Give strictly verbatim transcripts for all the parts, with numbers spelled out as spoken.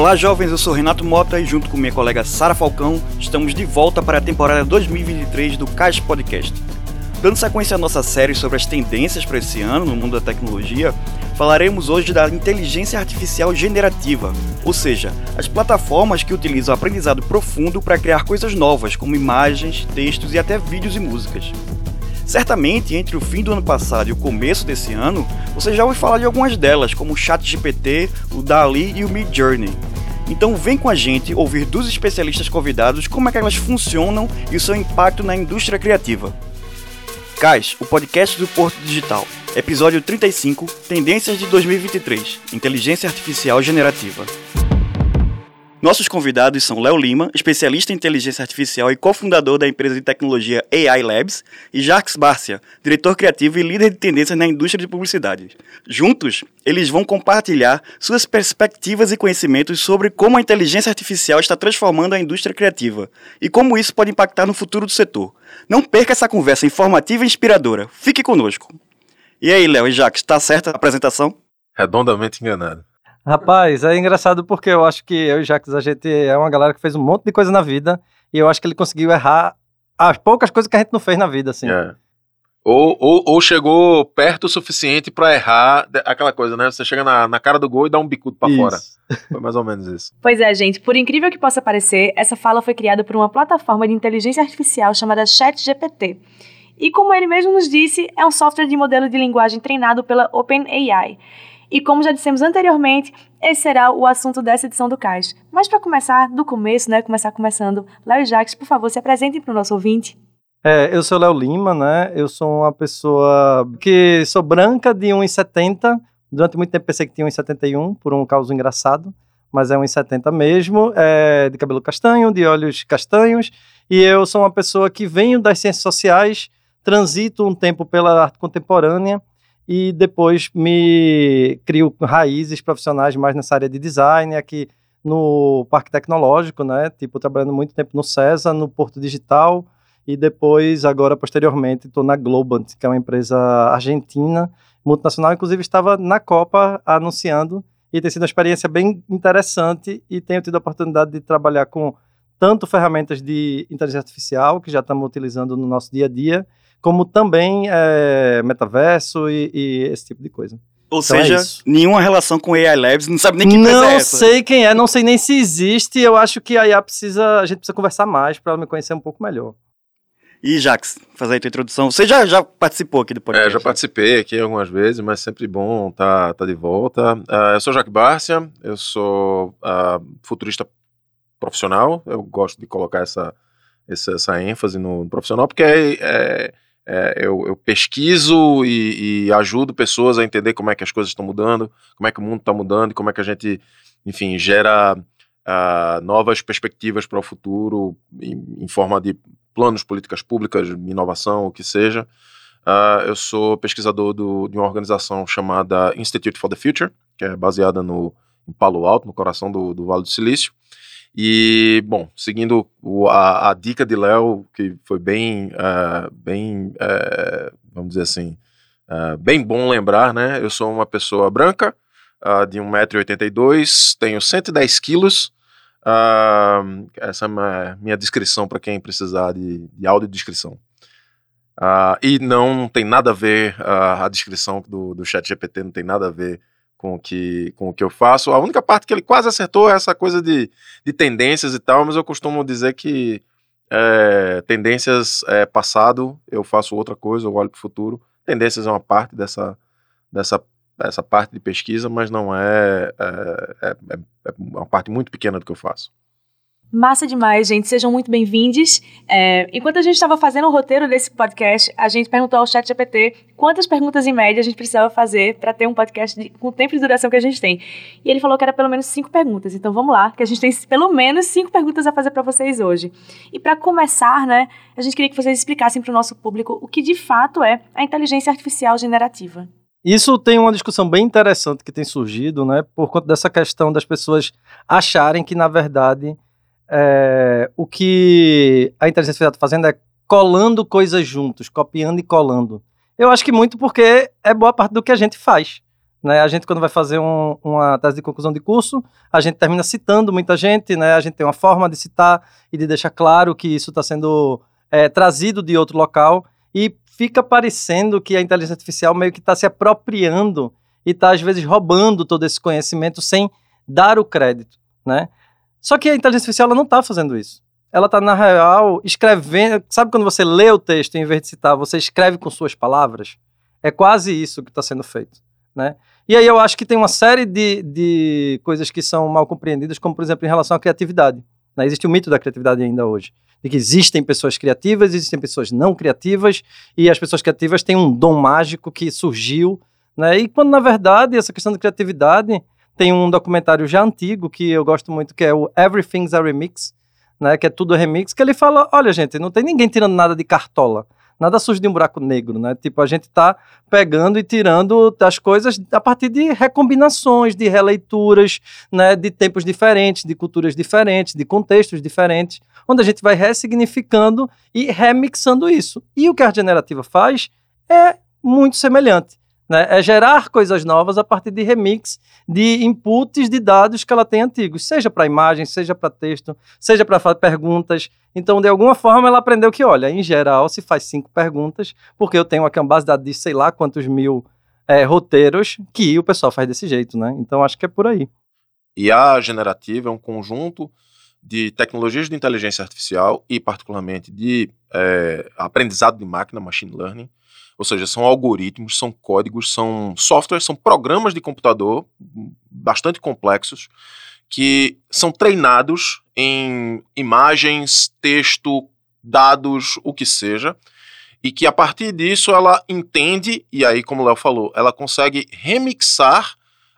Olá jovens, eu sou Renato Mota e junto com minha colega Sara Falcão estamos de volta para a temporada dois mil e vinte e três do Cais Podcast. Dando sequência à nossa série sobre as tendências para esse ano no mundo da tecnologia, falaremos hoje da inteligência artificial generativa, ou seja, as plataformas que utilizam o aprendizado profundo para criar coisas novas, como imagens, textos e até vídeos e músicas. Certamente, entre o fim do ano passado e o começo desse ano, você já ouviu falar de algumas delas, como o ChatGPT, o DALL-E e o Midjourney. Então vem com a gente ouvir dos especialistas convidados como é que elas funcionam e o seu impacto na indústria criativa. Cais, o podcast do Porto Digital, episódio trinta e cinco, Tendências de dois mil e vinte e três, Inteligência Artificial Generativa. Nossos convidados são Léo Lima, especialista em inteligência artificial e cofundador da empresa de tecnologia A I Labs, e Jacques Barcia, diretor criativo e líder de tendências na indústria de publicidade. Juntos, eles vão compartilhar suas perspectivas e conhecimentos sobre como a inteligência artificial está transformando a indústria criativa e como isso pode impactar no futuro do setor. Não perca essa conversa informativa e inspiradora. Fique conosco. E aí, Léo e Jacques, está certa a apresentação? Redondamente enganado. Rapaz, é engraçado porque eu acho que eu e o Jacques, a gente é uma galera que fez um monte de coisa na vida e eu acho que ele conseguiu errar as poucas coisas que a gente não fez na vida, assim. É. Ou, ou, ou chegou perto o suficiente pra errar aquela coisa, né? Você chega na, na cara do gol e dá um bicudo pra isso. Fora. Foi mais ou menos isso. Pois é, gente. Por incrível que possa parecer, essa fala foi criada por uma plataforma de inteligência artificial chamada ChatGPT. E como ele mesmo nos disse, é um software de modelo de linguagem treinado pela OpenAI. E como já dissemos anteriormente, esse será o assunto dessa edição do Cais. Mas para começar do começo, né, começar começando, Léo e Jacques, por favor, se apresentem para o nosso ouvinte. É, eu sou Léo Lima, né, eu sou uma pessoa que sou branca de um metro e setenta, durante muito tempo pensei que tinha um metro e setenta e um, por um caso engraçado, mas é um metro e setenta mesmo, é, de cabelo castanho, de olhos castanhos, e eu sou uma pessoa que venho das ciências sociais, transito um tempo pela arte contemporânea, e depois me crio raízes profissionais mais nessa área de design, aqui no Parque Tecnológico, né, tipo, trabalhando muito tempo no César, no Porto Digital, e depois, agora, posteriormente, estou na Globant, que é uma empresa argentina, multinacional, inclusive estava na Copa anunciando, e tem sido uma experiência bem interessante, e tenho tido a oportunidade de trabalhar com tanto ferramentas de inteligência artificial, que já estamos utilizando no nosso dia a dia, como também é, metaverso e, e esse tipo de coisa. Ou então seja, é nenhuma relação com A I Labs, não sabe nem que empresa não é essa. Não sei quem é, não sei nem se existe, eu acho que a I A precisa, a gente precisa conversar mais para ela me conhecer um pouco melhor. E Jacques, faz aí a tua introdução. Você já, já participou aqui do podcast? É, já participei aqui algumas vezes, mas sempre bom estar tá, tá de volta. Uh, eu sou Jacques Barcia, eu sou uh, futurista profissional, eu gosto de colocar essa, essa, essa ênfase no profissional, porque é... é É, eu, eu pesquiso e, e ajudo pessoas a entender como é que as coisas estão mudando, como é que o mundo está mudando e como é que a gente, enfim, gera uh, novas perspectivas para o futuro em, em forma de planos, políticas públicas, inovação, o que seja. Uh, eu sou pesquisador do, de uma organização chamada Institute for the Future, que é baseada no, em Palo Alto, no coração do, do Vale do Silício. E, bom, seguindo o, a, a dica de Léo, que foi bem, uh, bem uh, vamos dizer assim, uh, bem bom lembrar, né? Eu sou uma pessoa branca, uh, de um metro e oitenta e dois, tenho cento e dez quilos, uh, essa é a minha, minha descrição para quem precisar de, de audiodescrição. Uh, e não tem nada a ver, uh, a descrição do, do ChatGPT não tem nada a ver com o, que, com o que eu faço. A única parte que ele quase acertou é essa coisa de, de tendências e tal, mas eu costumo dizer que é, tendências é passado, eu faço outra coisa, eu olho para o futuro. Tendências é uma parte dessa, dessa, dessa parte de pesquisa, mas não é, é, é, é uma parte muito pequena do que eu faço. Massa demais, gente. Sejam muito bem-vindos. É, enquanto a gente estava fazendo o roteiro desse podcast, a gente perguntou ao ChatGPT quantas perguntas em média a gente precisava fazer para ter um podcast de, com o tempo de duração que a gente tem. E ele falou que era pelo menos cinco perguntas. Então vamos lá, que a gente tem pelo menos cinco perguntas a fazer para vocês hoje. E para começar, né, a gente queria que vocês explicassem para o nosso público o que de fato é a inteligência artificial generativa. Isso tem uma discussão bem interessante que tem surgido, né, por conta dessa questão das pessoas acharem que, na verdade, É, o que a inteligência artificial está fazendo é colando coisas juntos, copiando e colando. Eu acho que muito porque é boa parte do que a gente faz. Né? A gente, quando vai fazer um, uma tese de conclusão de curso, a gente termina citando muita gente, né? A gente tem uma forma de citar e de deixar claro que isso está sendo é, trazido de outro local, e fica parecendo que a inteligência artificial meio que está se apropriando e está, às vezes, roubando todo esse conhecimento sem dar o crédito, né? Só que a inteligência artificial ela não está fazendo isso. Ela está, na real, escrevendo... Sabe quando você lê o texto e, em vez de citar, você escreve com suas palavras? É quase isso que está sendo feito, né? E aí eu acho que tem uma série de, de coisas que são mal compreendidas, como, por exemplo, em relação à criatividade. Né? Existe o mito da criatividade ainda hoje, de que existem pessoas criativas, existem pessoas não criativas, e as pessoas criativas têm um dom mágico que surgiu, né? E quando, na verdade, essa questão da criatividade... Tem um documentário já antigo que eu gosto muito, que é o Everything's a Remix, né, que é tudo remix, que ele fala, olha, gente, não tem ninguém tirando nada de cartola, nada surge de um buraco negro, né? Tipo, a gente tá pegando e tirando as coisas a partir de recombinações, de releituras, né, de tempos diferentes, de culturas diferentes, de contextos diferentes, onde a gente vai ressignificando e remixando isso. E o que a arte generativa faz é muito semelhante. Né, é gerar coisas novas a partir de remix de inputs de dados que ela tem antigos, seja para imagem, seja para texto, seja para fazer perguntas. Então, de alguma forma, ela aprendeu que, olha, em geral, se faz cinco perguntas, porque eu tenho aqui uma base de dados de sei lá quantos mil é, roteiros que o pessoal faz desse jeito, né? Então, acho que é por aí. I A generativa é um conjunto de tecnologias de inteligência artificial e, particularmente, de é, aprendizado de máquina, machine learning. Ou seja, são algoritmos, são códigos, são softwares, são programas de computador bastante complexos que são treinados em imagens, texto, dados, o que seja, e que a partir disso ela entende, e aí, como o Léo falou, ela consegue remixar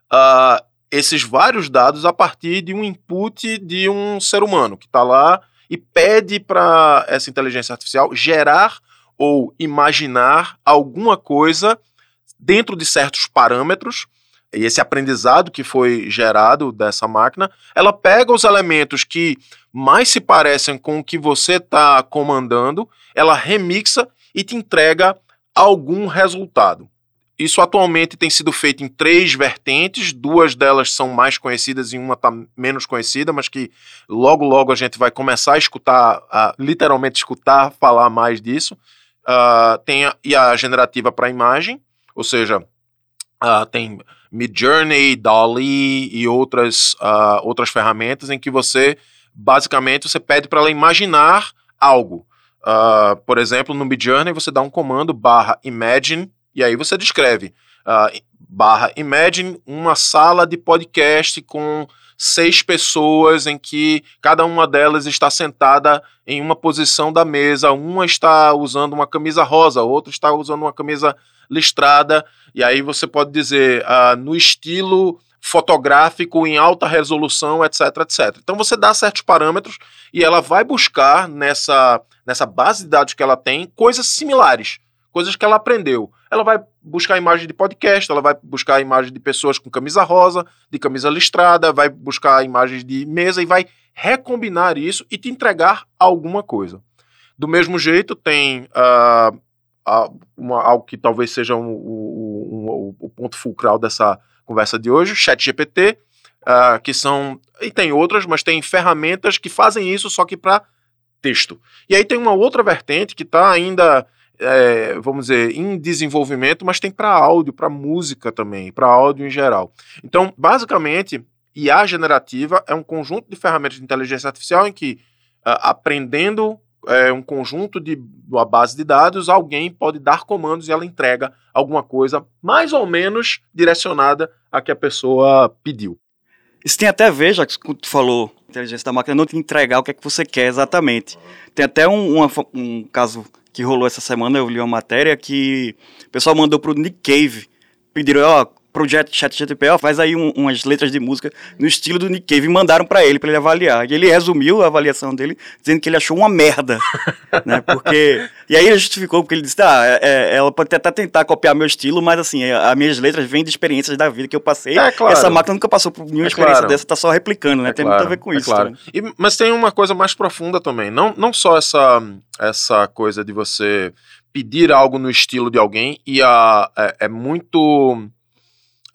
uh, esses vários dados a partir de um input de um ser humano que está lá e pede para essa inteligência artificial gerar ou imaginar alguma coisa dentro de certos parâmetros, e esse aprendizado que foi gerado dessa máquina, ela pega os elementos que mais se parecem com o que você está comandando, ela remixa e te entrega algum resultado. Isso atualmente tem sido feito em três vertentes, duas delas são mais conhecidas e uma está menos conhecida, mas que logo logo a gente vai começar a escutar, a, literalmente escutar falar mais disso. Uh, tem a I A generativa para imagem, ou seja, uh, tem Midjourney, DALL-E e outras, uh, outras ferramentas em que você, basicamente, você pede para ela imaginar algo. Uh, por exemplo, no Midjourney você dá um comando barra imagine e aí você descreve uh, barra imagine uma sala de podcast com seis pessoas em que cada uma delas está sentada em uma posição da mesa, uma está usando uma camisa rosa, outra está usando uma camisa listrada, e aí você pode dizer uh, no estilo fotográfico, em alta resolução, etc, etcétera. Então você dá certos parâmetros e ela vai buscar nessa, nessa base de dados que ela tem coisas similares, coisas que ela aprendeu. Ela vai buscar imagem de podcast, ela vai buscar imagem de pessoas com camisa rosa, de camisa listrada, vai buscar imagens de mesa e vai recombinar isso e te entregar alguma coisa. Do mesmo jeito, tem uh, uh, uma, algo que talvez seja um, um, um, o ponto fulcral dessa conversa de hoje, ChatGPT, uh, que são... E tem outras, mas tem ferramentas que fazem isso, só que para texto. E aí tem uma outra vertente que está ainda... É, vamos dizer, em desenvolvimento, mas tem para áudio, para música também, para áudio em geral. Então, basicamente, I A generativa é um conjunto de ferramentas de inteligência artificial em que, uh, aprendendo uh, um conjunto de uma base de dados, alguém pode dar comandos e ela entrega alguma coisa mais ou menos direcionada a que a pessoa pediu. Isso tem até a ver, já que tu falou, a inteligência da máquina não te entregar o que é que você quer exatamente. Tem até um, uma, um caso que rolou essa semana, eu li uma matéria que o pessoal mandou pro Nick Cave, pediram, ó, pro ChatGPT, ó, faz aí um, umas letras de música no estilo do Nick Cave, e mandaram pra ele, pra ele avaliar. E ele resumiu a avaliação dele, dizendo que ele achou uma merda, né, porque... E aí ele justificou, porque ele disse, ah, é, ela pode até tentar copiar meu estilo, mas assim, as minhas letras vêm de experiências da vida que eu passei, é, claro. Essa máquina nunca passou por nenhuma é, experiência claro. Dessa, tá só replicando, né, é, tem claro. Muito a ver com é, isso. Claro. E, mas tem uma coisa mais profunda também, não, não só essa, essa coisa de você pedir algo no estilo de alguém, e a, é, é muito...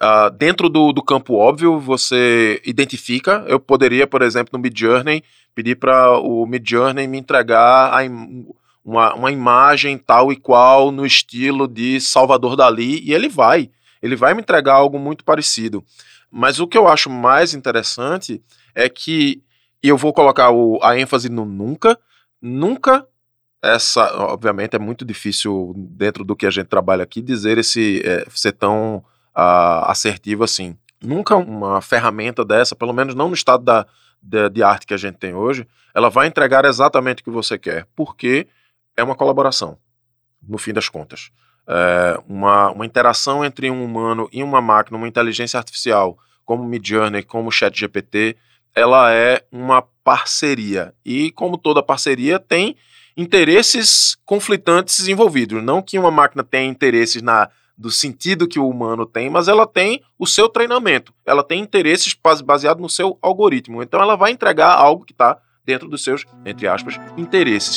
uh, dentro do, do campo óbvio, você identifica. Eu poderia, por exemplo, no Midjourney, pedir para o Midjourney me entregar a im- uma, uma imagem tal e qual no estilo de Salvador Dalí, e ele vai. Ele vai me entregar algo muito parecido. Mas o que eu acho mais interessante é que, e eu vou colocar o, a ênfase no nunca, nunca, essa, obviamente é muito difícil dentro do que a gente trabalha aqui dizer esse, é, ser tão uh, assertivo assim. Nunca uma ferramenta dessa, pelo menos não no estado da, de, de arte que a gente tem hoje, ela vai entregar exatamente o que você quer, porque é uma colaboração, no fim das contas. É uma, uma interação entre um humano e uma máquina, uma inteligência artificial, como Midjourney, como ChatGPT, ela é uma parceria. E, como toda parceria, tem interesses conflitantes envolvidos. Não que uma máquina tenha interesses na, do sentido que o humano tem, mas ela tem o seu treinamento. Ela tem interesses baseados no seu algoritmo. Então, ela vai entregar algo que está dentro dos seus, entre aspas, interesses.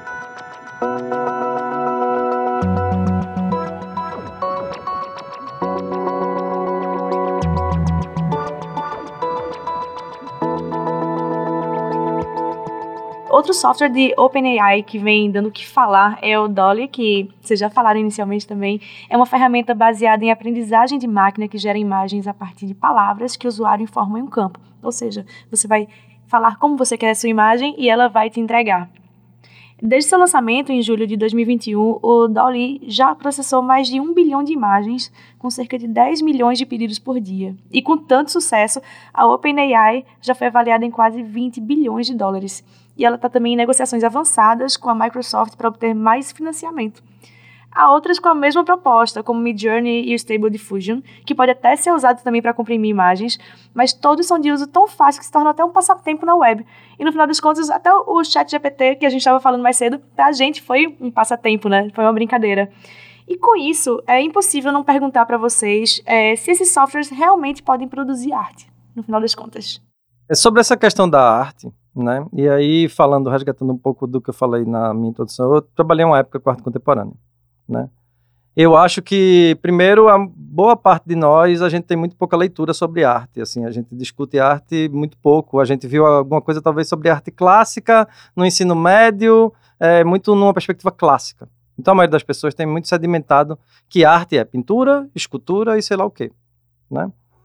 Outro software de OpenAI que vem dando o que falar é o Dolly, que vocês já falaram inicialmente também. É uma ferramenta baseada em aprendizagem de máquina que gera imagens a partir de palavras que o usuário informa em um campo. Ou seja, você vai falar como você quer a sua imagem e ela vai te entregar. Desde seu lançamento, em julho de dois mil e vinte e um, o Dolly já processou mais de um bilhão de imagens, com cerca de dez milhões de pedidos por dia. E com tanto sucesso, a OpenAI já foi avaliada em quase vinte bilhões de dólares. E ela está também em negociações avançadas com a Microsoft para obter mais financiamento. Há outras com a mesma proposta, como Midjourney e o Stable Diffusion, que pode até ser usado também para comprimir imagens, mas todos são de uso tão fácil que se tornam até um passatempo na web. E no final das contas, até o ChatGPT, que a gente estava falando mais cedo, para a gente foi um passatempo, né? Foi uma brincadeira. E com isso, é impossível não perguntar para vocês é, se esses softwares realmente podem produzir arte, no final das contas. É sobre essa questão da arte, né? E aí, falando, resgatando um pouco do que eu falei na minha introdução, eu trabalhei uma época com arte contemporânea, né? Eu acho que, primeiro, a boa parte de nós, a gente tem muito pouca leitura sobre arte, assim, a gente discute arte muito pouco, a gente viu alguma coisa talvez sobre arte clássica no ensino médio, é, muito numa perspectiva clássica. Então a maioria das pessoas tem muito sedimentado que arte é pintura, escultura e sei lá o quê, né?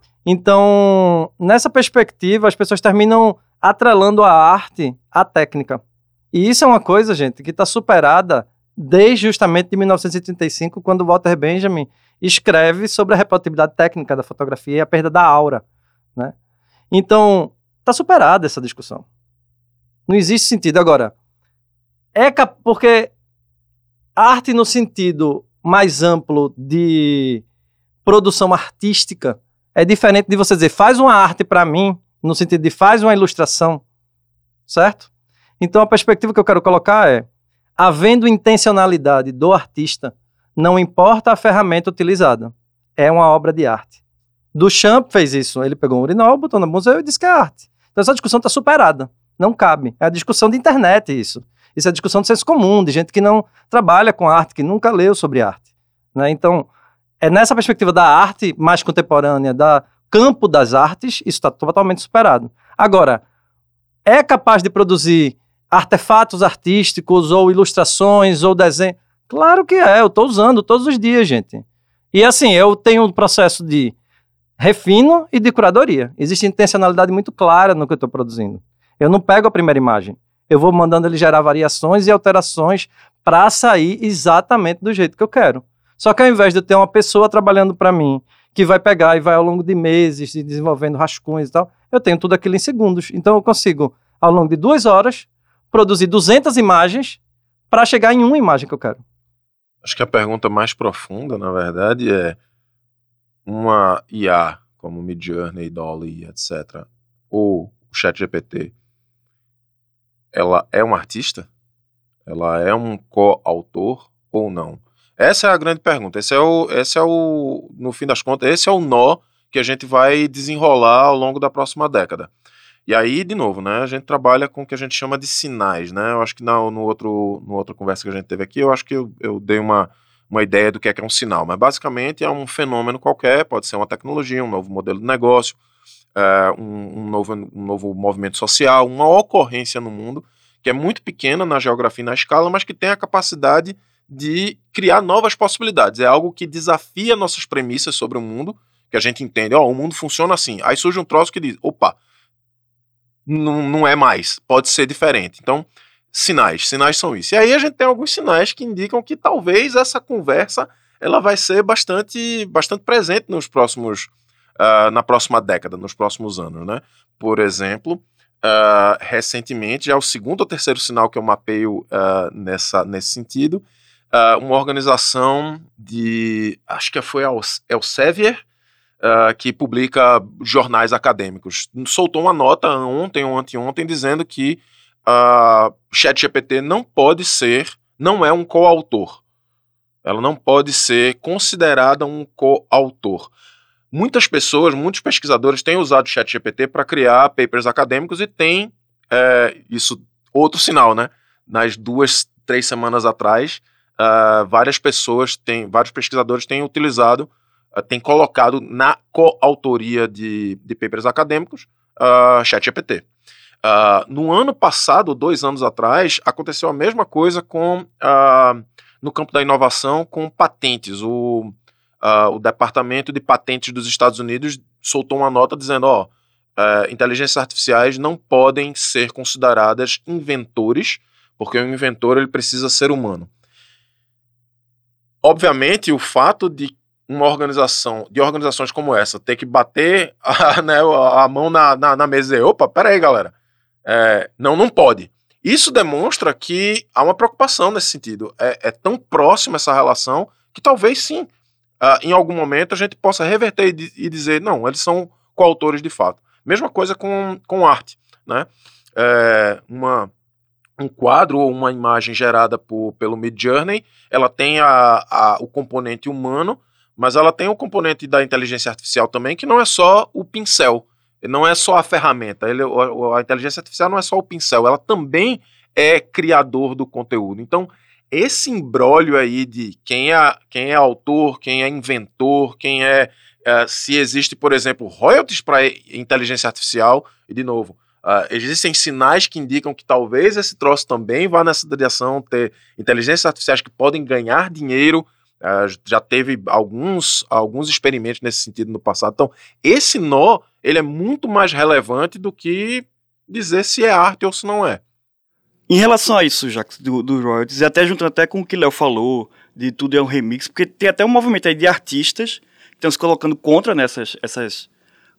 Então, nessa perspectiva, as pessoas terminam atrelando a arte à técnica. E isso é uma coisa, gente, que está superada desde justamente de mil novecentos e trinta e cinco, quando Walter Benjamin escreve sobre a reprodutibilidade técnica da fotografia e a perda da aura, né? Então, está superada essa discussão. Não existe sentido. Agora, é cap- porque arte no sentido mais amplo de produção artística é diferente de você dizer, faz uma arte para mim, no sentido de faz uma ilustração, certo? Então, a perspectiva que eu quero colocar é, havendo intencionalidade do artista, não importa a ferramenta utilizada, é uma obra de arte. Duchamp fez isso, ele pegou um urinol, botou no museu e disse que é arte. Então essa discussão está superada, não cabe. É a discussão de internet isso. Isso é a discussão de senso comum, de gente que não trabalha com arte, que nunca leu sobre arte, né? Então, é nessa perspectiva da arte mais contemporânea, da campo das artes, isso está totalmente superado. Agora, é capaz de produzir artefatos artísticos, ou ilustrações, ou desenho? Claro que é, eu estou usando todos os dias, gente. E assim, eu tenho um processo de refino e de curadoria. Existe intencionalidade muito clara no que eu estou produzindo. Eu não pego a primeira imagem, eu vou mandando ele gerar variações e alterações para sair exatamente do jeito que eu quero. Só que ao invés de eu ter uma pessoa trabalhando para mim, que vai pegar e vai ao longo de meses desenvolvendo rascunhos e tal, eu tenho tudo aquilo em segundos. Então eu consigo, ao longo de duas horas, produzir duzentas imagens para chegar em uma imagem que eu quero. Acho que a pergunta mais profunda, na verdade, é uma I A, como Midjourney, Dolly, etcétera, ou o ChatGPT, ela é uma artista? Ela é um coautor ou não? Essa é a grande pergunta. Esse é o, esse é o, no fim das contas, esse é o nó que a gente vai desenrolar ao longo da próxima década. E aí, de novo, né, a gente trabalha com o que a gente chama de sinais, né? Eu acho que na no outro, no outra conversa que a gente teve aqui, eu acho que eu, eu dei uma, uma ideia do que é, que é um sinal, mas basicamente é um fenômeno qualquer, pode ser uma tecnologia, um novo modelo de negócio, uh, um, um, novo, um novo movimento social, uma ocorrência no mundo que é muito pequena na geografia e na escala, mas que tem a capacidade de criar novas possibilidades. É algo que desafia nossas premissas sobre o mundo, que a gente entende, ó, oh, o mundo funciona assim. Aí surge um troço que diz, opa, não, não é mais, pode ser diferente. Então, sinais, sinais são isso. E aí a gente tem alguns sinais que indicam que talvez essa conversa ela vai ser bastante, bastante presente nos próximos, uh, na próxima década, nos próximos anos, né? Por exemplo, uh, recentemente, já é o segundo ou terceiro sinal que eu mapeio uh, nessa, nesse sentido, uh, uma organização de, acho que foi a Elsevier, uh, que publica jornais acadêmicos, soltou uma nota ontem ou anteontem dizendo que a uh, ChatGPT não pode ser, não é um coautor. Ela não pode ser considerada um coautor. Muitas pessoas, muitos pesquisadores têm usado o ChatGPT para criar papers acadêmicos e tem, é, isso, outro sinal, né? Nas duas, três semanas atrás, uh, várias pessoas, têm, vários pesquisadores têm utilizado, uh, têm colocado na coautoria de, de papers acadêmicos uh, ChatGPT. Uh, no ano passado, dois anos atrás, aconteceu a mesma coisa com, uh, no campo da inovação com patentes. O, uh, o Departamento de Patentes dos Estados Unidos soltou uma nota dizendo, ó, uh, inteligências artificiais não podem ser consideradas inventores, porque o inventor ele precisa ser humano. Obviamente, o fato de uma organização, de organizações como essa, ter que bater a, né, a mão na, na, na mesa e dizer, opa, peraí, galera, É, não, não pode. Isso demonstra que há uma preocupação nesse sentido. É, é tão próxima essa relação que talvez sim, uh, em algum momento a gente possa reverter e, e dizer, não, eles são coautores de fato. Mesma coisa com, com arte, né? É, uma, um quadro ou uma imagem gerada por, pelo Midjourney, ela tem a, a, o componente humano, mas ela tem o componente da inteligência artificial também, que não é só o pincel. Não é só a ferramenta, ele, a inteligência artificial não é só o pincel, ela também é criador do conteúdo. Então, esse imbróglio aí de quem é, quem é autor, quem é inventor, quem é, é se existe, por exemplo, royalties para inteligência artificial, e de novo, uh, existem sinais que indicam que talvez esse troço também vá nessa direção, ter inteligências artificiais que podem ganhar dinheiro. Uh, já teve alguns, alguns experimentos nesse sentido no passado. Então, esse nó ele é muito mais relevante do que dizer se é arte ou se não é. Em relação a isso, Jacques, do, do royalties, e até juntando até com o que o Léo falou, de tudo é um remix, porque tem até um movimento aí de artistas que estão se colocando contra nessas essas,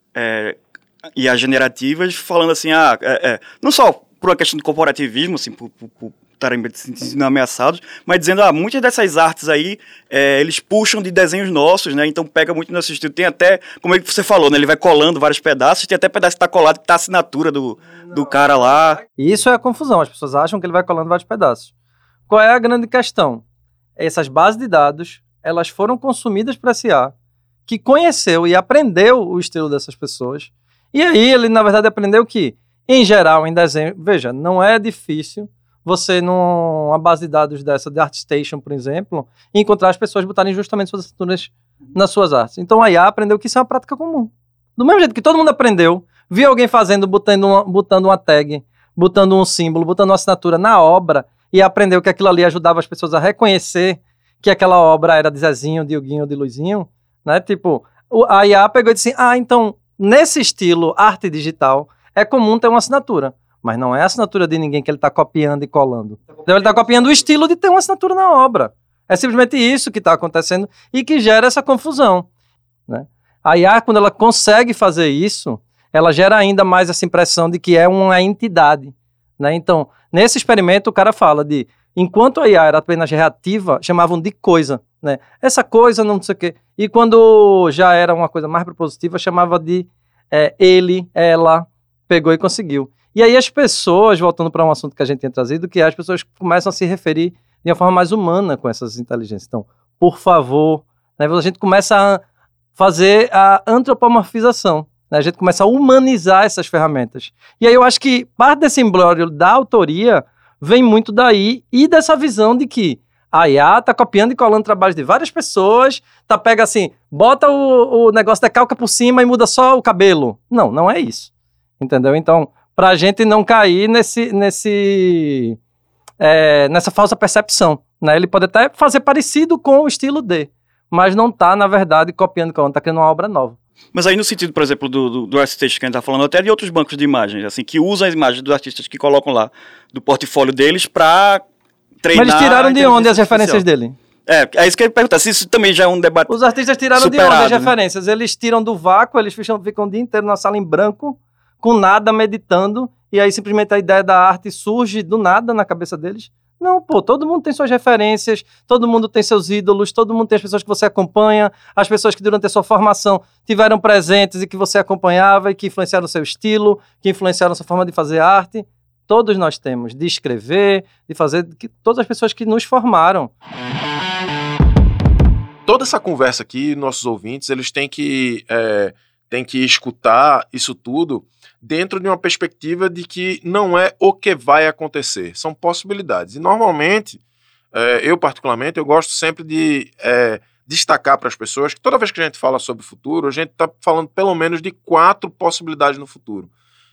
é, I A generativas, falando assim, ah, é, é, não só por uma questão de corporativismo, assim, por, por, por estarem se sentindo ameaçados, mas dizendo, ah, muitas dessas artes aí, é, eles puxam de desenhos nossos, né, então pega muito nesse estilo, tem até, como é que você falou, né, ele vai colando vários pedaços, tem até pedaço que tá colado, que tá a assinatura do, do cara lá. Isso é a confusão, as pessoas acham que ele vai colando vários pedaços. Qual é a grande questão? Essas bases de dados, elas foram consumidas para essa I A, que conheceu e aprendeu o estilo dessas pessoas, e aí ele, na verdade, aprendeu que, em geral, em desenho, veja, não é difícil você, numa base de dados dessa, de ArtStation, por exemplo, encontrar as pessoas botarem justamente suas assinaturas nas suas artes. Então a I A aprendeu que isso é uma prática comum. Do mesmo jeito que todo mundo aprendeu, viu alguém fazendo, botando uma, botando uma tag, botando um símbolo, botando uma assinatura na obra, e aprendeu que aquilo ali ajudava as pessoas a reconhecer que aquela obra era de Zezinho, de Huguinho, de Luizinho, né? Tipo, a I A pegou e disse, ah, então, nesse estilo arte digital, é comum ter uma assinatura. Mas não é a assinatura de ninguém que ele está copiando e colando. Então ele está copiando o estilo de ter uma assinatura na obra. É simplesmente isso que está acontecendo e que gera essa confusão, né? A I A, quando ela consegue fazer isso, ela gera ainda mais essa impressão de que é uma entidade, né? Então, nesse experimento, o cara fala de, enquanto a I A era apenas reativa, chamavam de coisa, né? Essa coisa, não sei o quê. E quando já era uma coisa mais propositiva, chamava de é, ele, ela, pegou e conseguiu. E aí as pessoas, voltando para um assunto que a gente tinha trazido, que as pessoas começam a se referir de uma forma mais humana com essas inteligências. Então, por favor, né, a gente começa a fazer a antropomorfização, né, a gente começa a humanizar essas ferramentas. E aí eu acho que parte desse imbróglio da autoria vem muito daí e dessa visão de que A I A tá copiando e colando trabalhos de várias pessoas, tá pega assim, bota o, o negócio da calca por cima e muda só o cabelo. Não, não é isso. Entendeu? Então, pra gente não cair nesse, nesse, é, nessa falsa percepção, né? Ele pode até fazer parecido com o estilo D, mas não tá, na verdade, copiando e colando, tá criando uma obra nova. Mas aí no sentido, por exemplo, do, do, do artista que a gente tá falando, até de outros bancos de imagens, assim, que usam as imagens dos artistas que colocam lá do portfólio deles pra treinar... Mas eles tiraram de onde as referências dele? É, é isso que eu ia perguntar, se isso também já é um debate Os artistas tiraram superado, de onde as né? referências? Eles tiram do vácuo, eles ficam, ficam o dia inteiro na sala em branco, com nada, meditando, e aí simplesmente a ideia da arte surge do nada na cabeça deles. Não, pô, todo mundo tem suas referências, todo mundo tem seus ídolos, todo mundo tem as pessoas que você acompanha, as pessoas que durante a sua formação tiveram presentes e que você acompanhava e que influenciaram o seu estilo, que influenciaram a sua forma de fazer arte. Todos nós temos, de escrever, de fazer, que, todas as pessoas que nos formaram. Toda essa conversa aqui, nossos ouvintes, eles têm que, é, têm que escutar isso tudo dentro de uma perspectiva de que não é o que vai acontecer, são possibilidades. E normalmente, é, eu particularmente, eu gosto sempre de é, destacar para as pessoas que toda vez que a gente fala sobre o futuro, a gente está falando pelo menos de quatro possibilidades no futuro.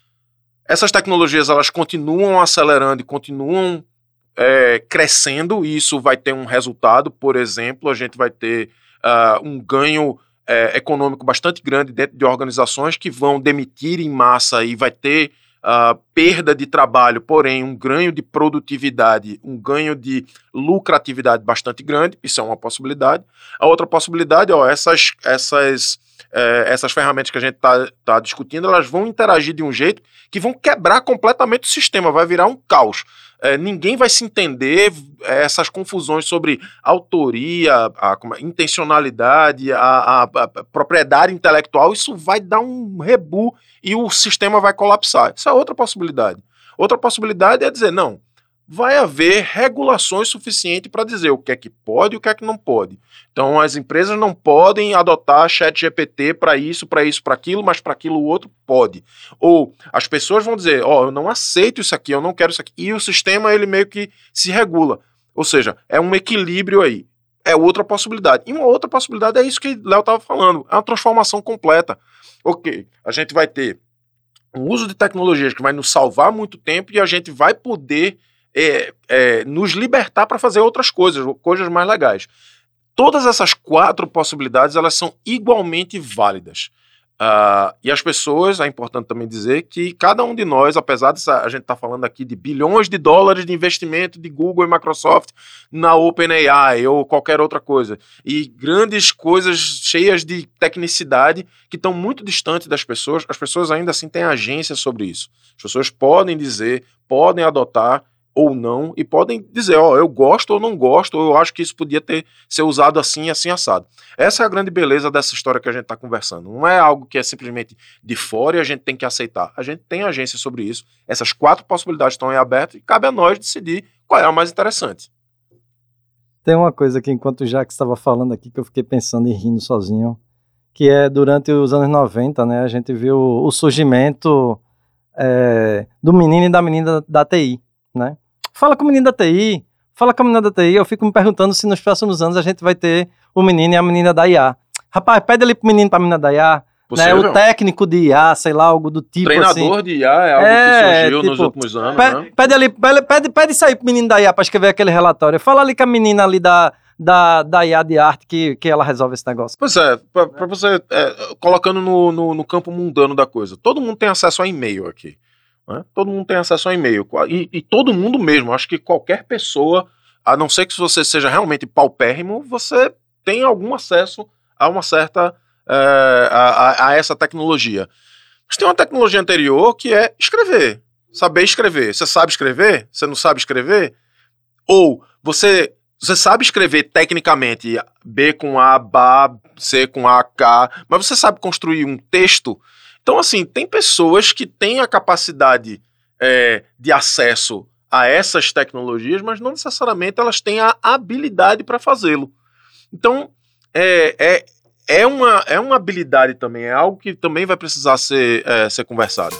Essas tecnologias, elas continuam acelerando e continuam é, crescendo, e isso vai ter um resultado. Por exemplo, a gente vai ter uh, um ganho É, econômico bastante grande dentro de organizações que vão demitir em massa e vai ter uh, perda de trabalho, porém um ganho de produtividade, um ganho de lucratividade bastante grande. Isso é uma possibilidade. A outra possibilidade, ó, essas, essas, é, essas ferramentas que a gente está tá discutindo, elas vão interagir de um jeito que vão quebrar completamente o sistema, vai virar um caos. É, ninguém vai se entender, é, essas confusões sobre autoria, a, a intencionalidade, a, a, a propriedade intelectual, isso vai dar um rebu e o sistema vai colapsar. Isso é outra possibilidade. Outra possibilidade é dizer, não, vai haver regulações suficientes para dizer o que é que pode e o que é que não pode. Então as empresas não podem adotar chat G P T para isso, para isso, para aquilo, mas para aquilo o outro pode. Ou as pessoas vão dizer, ó, oh, eu não aceito isso aqui, eu não quero isso aqui. E o sistema, ele meio que se regula. Ou seja, é um equilíbrio aí. É outra possibilidade. E uma outra possibilidade é isso que Léo estava falando, é uma transformação completa. Ok, a gente vai ter um uso de tecnologias que vai nos salvar muito tempo e a gente vai poder É, é, nos libertar para fazer outras coisas, coisas mais legais. Todas essas quatro possibilidades, elas são igualmente válidas. Uh, e as pessoas, é importante também dizer que cada um de nós, apesar de a gente estar tá falando aqui de bilhões de dólares de investimento de Google e Microsoft na OpenAI ou qualquer outra coisa, e grandes coisas cheias de tecnicidade que estão muito distantes das pessoas, as pessoas ainda assim têm agência sobre isso. As pessoas podem dizer, podem adotar ou não, e podem dizer, ó, eu gosto ou não gosto, ou eu acho que isso podia ter, ser usado assim, assim, assado. Essa é a grande beleza dessa história que a gente está conversando. Não é algo que é simplesmente de fora e a gente tem que aceitar. A gente tem agência sobre isso, essas quatro possibilidades estão em aberto e cabe a nós decidir qual é a mais interessante. Tem uma coisa que, enquanto o Jacques estava falando aqui, que eu fiquei pensando e rindo sozinho, que é durante os anos noventa, né, a gente viu o surgimento é, do menino e da menina da T I, né? Fala com o menino da T I, fala com a menina da T I, eu fico me perguntando se nos próximos anos a gente vai ter o menino e a menina da I A. Rapaz, pede ali pro menino e pra menina da I A, né, o técnico de I A, sei lá, algo do tipo. Treinador assim. de I A é algo é, que surgiu tipo, nos últimos anos, pede, né? Pede ali, pede, pede, pede isso aí pro menino da I A pra escrever aquele relatório. Fala ali com a menina ali da, da, da I A de arte que, que ela resolve esse negócio. Pois é, pra, pra você, é, colocando no, no, no campo mundano da coisa, todo mundo tem acesso a e-mail aqui. Né? Todo mundo tem acesso a e-mail, e, e todo mundo mesmo, acho que qualquer pessoa, a não ser que você seja realmente paupérrimo, você tem algum acesso a uma certa, é, a, a essa tecnologia. Mas tem uma tecnologia anterior que é escrever, saber escrever. Você sabe escrever? Você não sabe escrever? Ou você, você sabe escrever tecnicamente B com A, B A, C com A, K, mas você sabe construir um texto? Então, assim, tem pessoas que têm a capacidade é, de acesso a essas tecnologias, mas não necessariamente elas têm a habilidade para fazê-lo. Então, é, é, é, uma, é uma habilidade também, é algo que também vai precisar ser, é, ser conversado.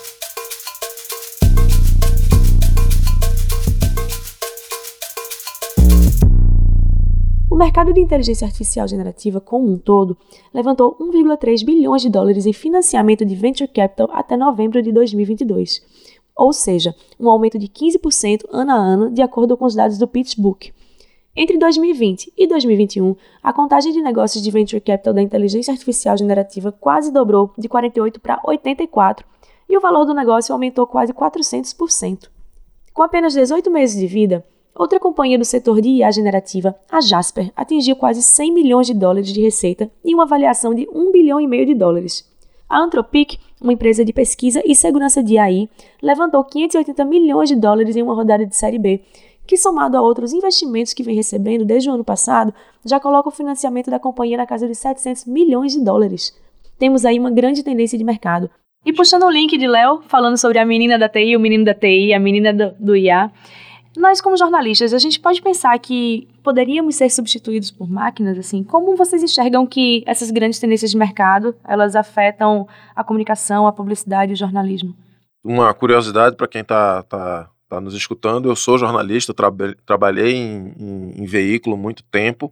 O mercado de inteligência artificial generativa como um todo levantou um vírgula três bilhões de dólares em financiamento de venture capital até novembro de dois mil e vinte e dois, ou seja, um aumento de quinze por cento ano a ano, de acordo com os dados do PitchBook. Entre dois mil e vinte e dois mil e vinte e um, a contagem de negócios de venture capital da inteligência artificial generativa quase dobrou de quarenta e oito para oitenta e quatro, e o valor do negócio aumentou quase quatrocentos por cento. Com apenas dezoito meses de vida, outra companhia do setor de I A generativa, a Jasper, atingiu quase cem milhões de dólares de receita e uma avaliação de um bilhão e meio de dólares. A Anthropic, uma empresa de pesquisa e segurança de A I, levantou quinhentos e oitenta milhões de dólares em uma rodada de Série B, que, somado a outros investimentos que vem recebendo desde o ano passado, já coloca o financiamento da companhia na casa de setecentos milhões de dólares. Temos aí uma grande tendência de mercado. E puxando o link de Léo, falando sobre a menina da T I, o menino da T I, a menina do, do I A, nós, como jornalistas, a gente pode pensar que poderíamos ser substituídos por máquinas, assim? Como vocês enxergam que essas grandes tendências de mercado, elas afetam a comunicação, a publicidade e o jornalismo? Uma curiosidade para quem está tá, tá nos escutando, eu sou jornalista, eu tra- trabalhei em, em, em veículo muito tempo.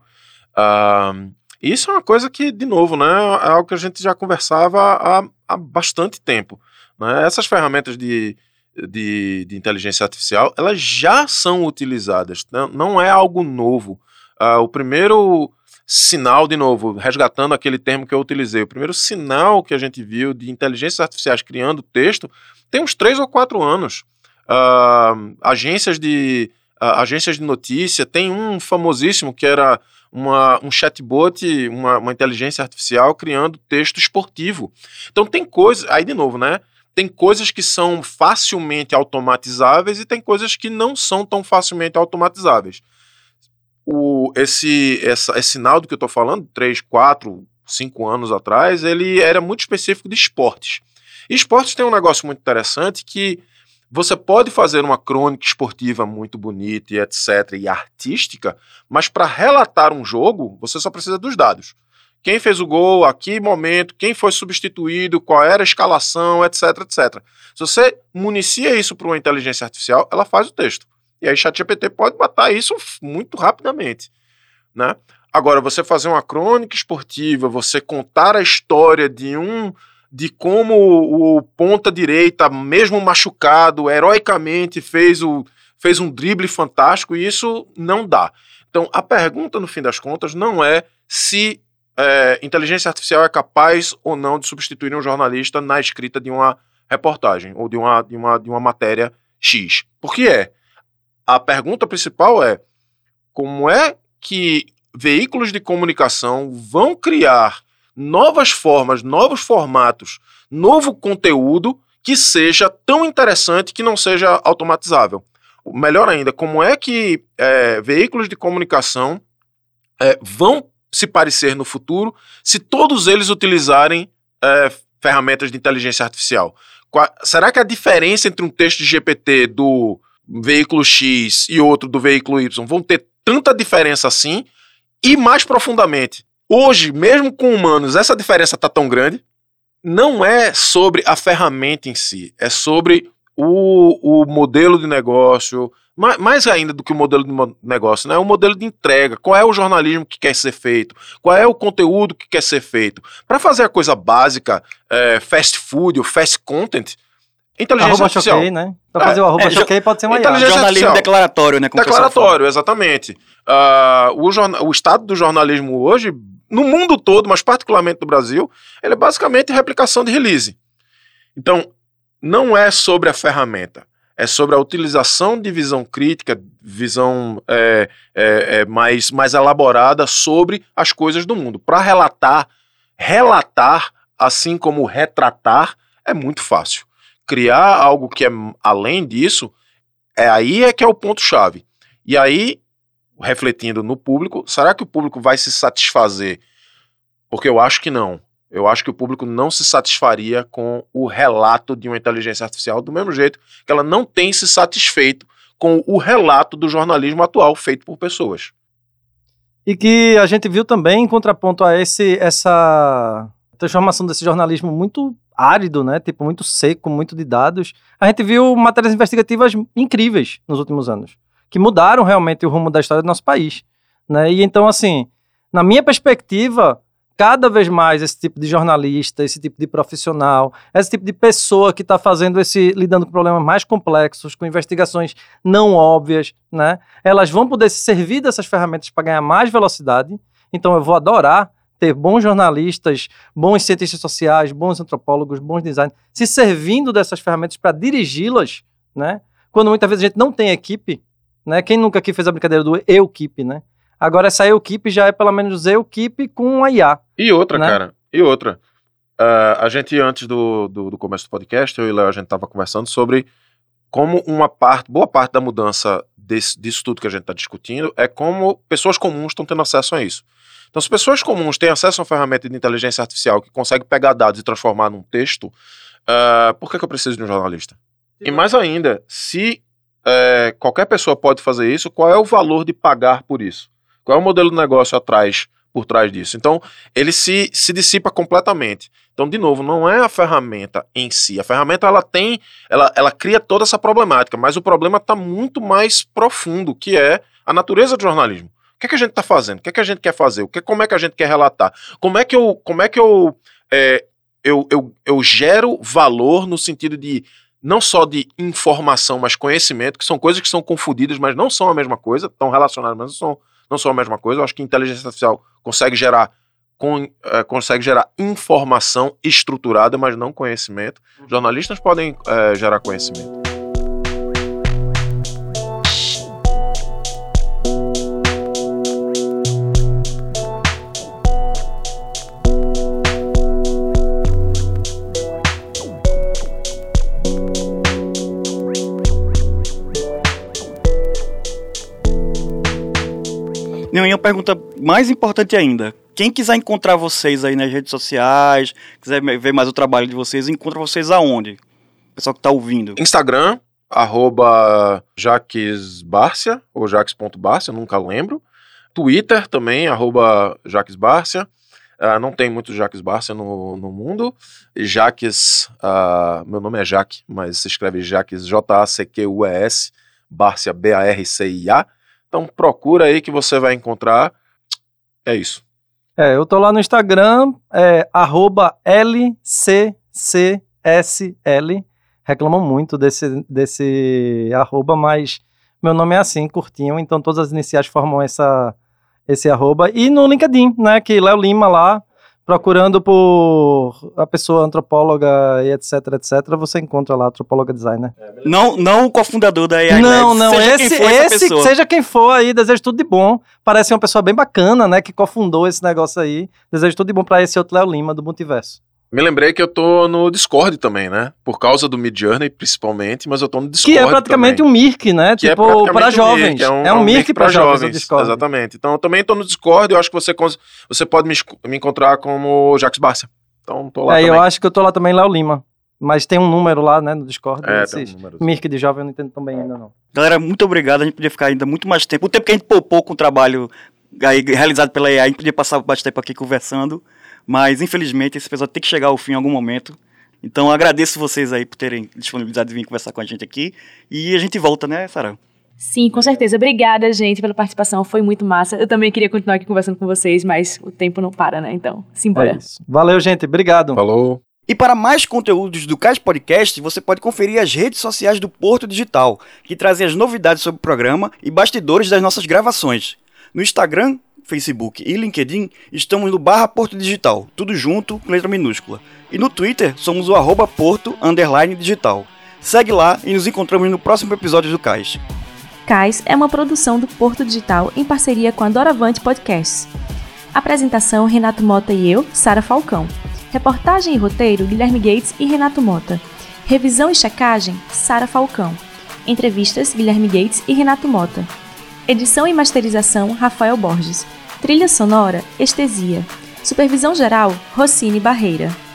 Uh, isso é uma coisa que, de novo, né, é algo que a gente já conversava há, há bastante tempo. Né? Essas ferramentas de De, de inteligência artificial, elas já são utilizadas, não, não é algo novo. Uh, o primeiro sinal, de novo, resgatando aquele termo que eu utilizei, o primeiro sinal que a gente viu de inteligências artificiais criando texto tem uns três ou quatro anos. Uh, agências, de, uh, agências de notícia, tem um famosíssimo que era uma, um chatbot, uma, uma inteligência artificial criando texto esportivo. Então tem coisas, aí de novo, né? Tem coisas que são facilmente automatizáveis e tem coisas que não são tão facilmente automatizáveis. O, esse, essa, esse sinal do que eu estou falando, três, quatro, cinco anos atrás, ele era muito específico de esportes. E esportes tem um negócio muito interessante que você pode fazer uma crônica esportiva muito bonita e etc, e artística, mas para relatar um jogo, você só precisa dos dados. Quem fez o gol, a que momento, quem foi substituído, qual era a escalação, etc, etcétera. Se você municia isso para uma inteligência artificial, ela faz o texto. E aí ChatGPT pode botar isso muito rapidamente. Né? Agora, você fazer uma crônica esportiva, você contar a história de um, de como o ponta-direita, mesmo machucado, heroicamente fez, o, fez um drible fantástico, e isso não dá. Então, a pergunta, no fim das contas, não é se É, inteligência artificial é capaz ou não de substituir um jornalista na escrita de uma reportagem ou de uma, de uma, de uma matéria X. Por que é? A pergunta principal é como é que veículos de comunicação vão criar novas formas, novos formatos, novo conteúdo que seja tão interessante que não seja automatizável. Melhor ainda, como é que é, veículos de comunicação é, vão se parecer no futuro, se todos eles utilizarem é, ferramentas de inteligência artificial. Qua, será que a diferença entre um texto de G P T do veículo X e outro do veículo Y vão ter tanta diferença assim? E mais profundamente, hoje, mesmo com humanos, essa diferença está tão grande? Não é sobre a ferramenta em si, é sobre o, o modelo de negócio, mais, mais ainda do que o modelo de negócio, né? O modelo de entrega, qual é o jornalismo que quer ser feito, qual é o conteúdo que quer ser feito. Para fazer a coisa básica, é, fast food ou fast content, inteligência arroba artificial. Choquei, né? Para fazer é, o arroba é, choquei pode ser uma I A. Jornalismo artificial. Declaratório, né? Declaratório, exatamente. Uh, o, jorna- o estado do jornalismo hoje, no mundo todo, mas particularmente no Brasil, ele é basicamente replicação de release. Então, não é sobre a ferramenta, é sobre a utilização de visão crítica, visão é, é, é mais, mais elaborada sobre as coisas do mundo. Para relatar, relatar, assim como retratar, é muito fácil. Criar algo que é além disso, é aí é que é o ponto-chave. E aí, refletindo no público, será que o público vai se satisfazer? Porque eu acho que não. Eu acho que o público não se satisfaria com o relato de uma inteligência artificial do mesmo jeito que ela não tem se satisfeito com o relato do jornalismo atual feito por pessoas. E que a gente viu também em contraponto a esse, essa transformação desse jornalismo muito árido, né? Tipo, muito seco, muito de dados. A gente viu matérias investigativas incríveis nos últimos anos, que mudaram realmente o rumo da história do nosso país. né? E então, assim, na minha perspectiva, cada vez mais esse tipo de jornalista, esse tipo de profissional, esse tipo de pessoa que está fazendo esse, lidando com problemas mais complexos, com investigações não óbvias, né? Elas vão poder se servir dessas ferramentas para ganhar mais velocidade. Então eu vou adorar ter bons jornalistas, bons cientistas sociais, bons antropólogos, bons designers, se servindo dessas ferramentas para dirigi-las, né? Quando muitas vezes a gente não tem equipe, né? Quem nunca aqui fez a brincadeira do eu-keep, né? Agora essa eu-keep já é pelo menos eu-keep com a I A. E outra, né? cara, e outra. Uh, a gente, antes do, do, do começo do podcast, eu e o Léo, a gente estava conversando sobre como uma parte, boa parte da mudança desse, disso tudo que a gente está discutindo é como pessoas comuns estão tendo acesso a isso. Então, se pessoas comuns têm acesso a uma ferramenta de inteligência artificial que consegue pegar dados e transformar num texto, uh, por que, que eu preciso de um jornalista? Sim. E mais ainda, se uh, qualquer pessoa pode fazer isso, qual é o valor de pagar por isso? Qual é o modelo de negócio atrás, por trás disso? Então, ele se, se dissipa completamente. Então, de novo, não é a ferramenta em si. A ferramenta, ela tem, ela, ela cria toda essa problemática, mas o problema está muito mais profundo, que é a natureza do jornalismo. O que é que a gente está fazendo? O que é que a gente quer fazer? O que, como é que a gente quer relatar? Como é que eu, como é que eu, é, eu, eu, eu gero valor no sentido de não só de informação, mas conhecimento, que são coisas que são confundidas, mas não são a mesma coisa, estão relacionadas, mas não são não são a mesma coisa. Eu acho que inteligência artificial consegue gerar, com, é, consegue gerar informação estruturada, mas não conhecimento. Jornalistas podem é, gerar conhecimento. Não, e uma pergunta mais importante ainda. Quem quiser encontrar vocês aí nas redes sociais, quiser ver mais o trabalho de vocês, encontra vocês aonde? O pessoal que está ouvindo. Instagram, arroba jaquesbarcia, ou jaques.barcia, nunca lembro. Twitter também, arroba jaquesbarcia. Uh, não tem muito Jaques Barcia no, no mundo. Jaques, uh, meu nome é Jaque, mas se escreve Jaques, J A C Q U E S, Barcia, B A R C I A. Então procura aí que você vai encontrar. É isso. É, eu tô lá no Instagram, é, arroba L C C S L. Reclamam muito desse, desse arroba, mas meu nome é assim, curtinho. Então todas as iniciais formam essa, esse arroba. E no LinkedIn, né, que Léo Lima lá, procurando por a pessoa antropóloga e etc, etc, você encontra lá, antropóloga designer. Não, não o cofundador da A I Não, Labs, não, seja esse, quem for essa esse pessoa. seja quem for aí, desejo tudo de bom. Parece uma pessoa bem bacana, né, que cofundou esse negócio aí. Desejo tudo de bom pra esse outro Léo Lima, do Multiverso. Me lembrei que eu tô no Discord também, né? Por causa do Midjourney, principalmente, mas eu tô no Discord Que é praticamente também. um Mirk, né? Que Tipo, é para um jovens. Mirk, é um, é um, um Mirk para jovens, jovens o Discord. Exatamente. Então eu também tô no Discord, eu acho que você, você pode me, me encontrar como Jaques Barcia. Então tô lá é, também. Eu acho que eu tô lá também, Léo Lima. Mas tem um número lá, né, no Discord. É, tem um número. Mirk de jovem eu não entendo tão bem ainda, não. Galera, muito obrigado. A gente podia ficar ainda muito mais tempo. O tempo que a gente poupou com o trabalho aí, realizado pela A I, a gente podia passar bastante tempo aqui conversando. Mas, infelizmente, esse episódio tem que chegar ao fim em algum momento. Então, agradeço vocês aí por terem disponibilidade de vir conversar com a gente aqui. E a gente volta, né, Sara? Sim, com certeza. Obrigada, gente, pela participação. Foi muito massa. Eu também queria continuar aqui conversando com vocês, mas o tempo não para, né? Então, simbora. É isso. Valeu, gente. Obrigado. Falou. E para mais conteúdos do Cais Podcast, você pode conferir as redes sociais do Porto Digital, que trazem as novidades sobre o programa e bastidores das nossas gravações. No Instagram, Facebook e LinkedIn, estamos no barra Porto Digital, tudo junto, com letra minúscula. E no Twitter, somos o arroba Porto underline digital. Segue lá e nos encontramos no próximo episódio do Cais. Cais é uma produção do Porto Digital em parceria com a Doravante Podcasts. Apresentação, Renato Mota e eu, Sara Falcão. Reportagem e roteiro, Guilherme Gates e Renato Mota. Revisão e checagem, Sara Falcão. Entrevistas, Guilherme Gates e Renato Mota. Edição e masterização, Rafael Borges. Trilha sonora, Estesia. Supervisão geral, Rossini Barreira.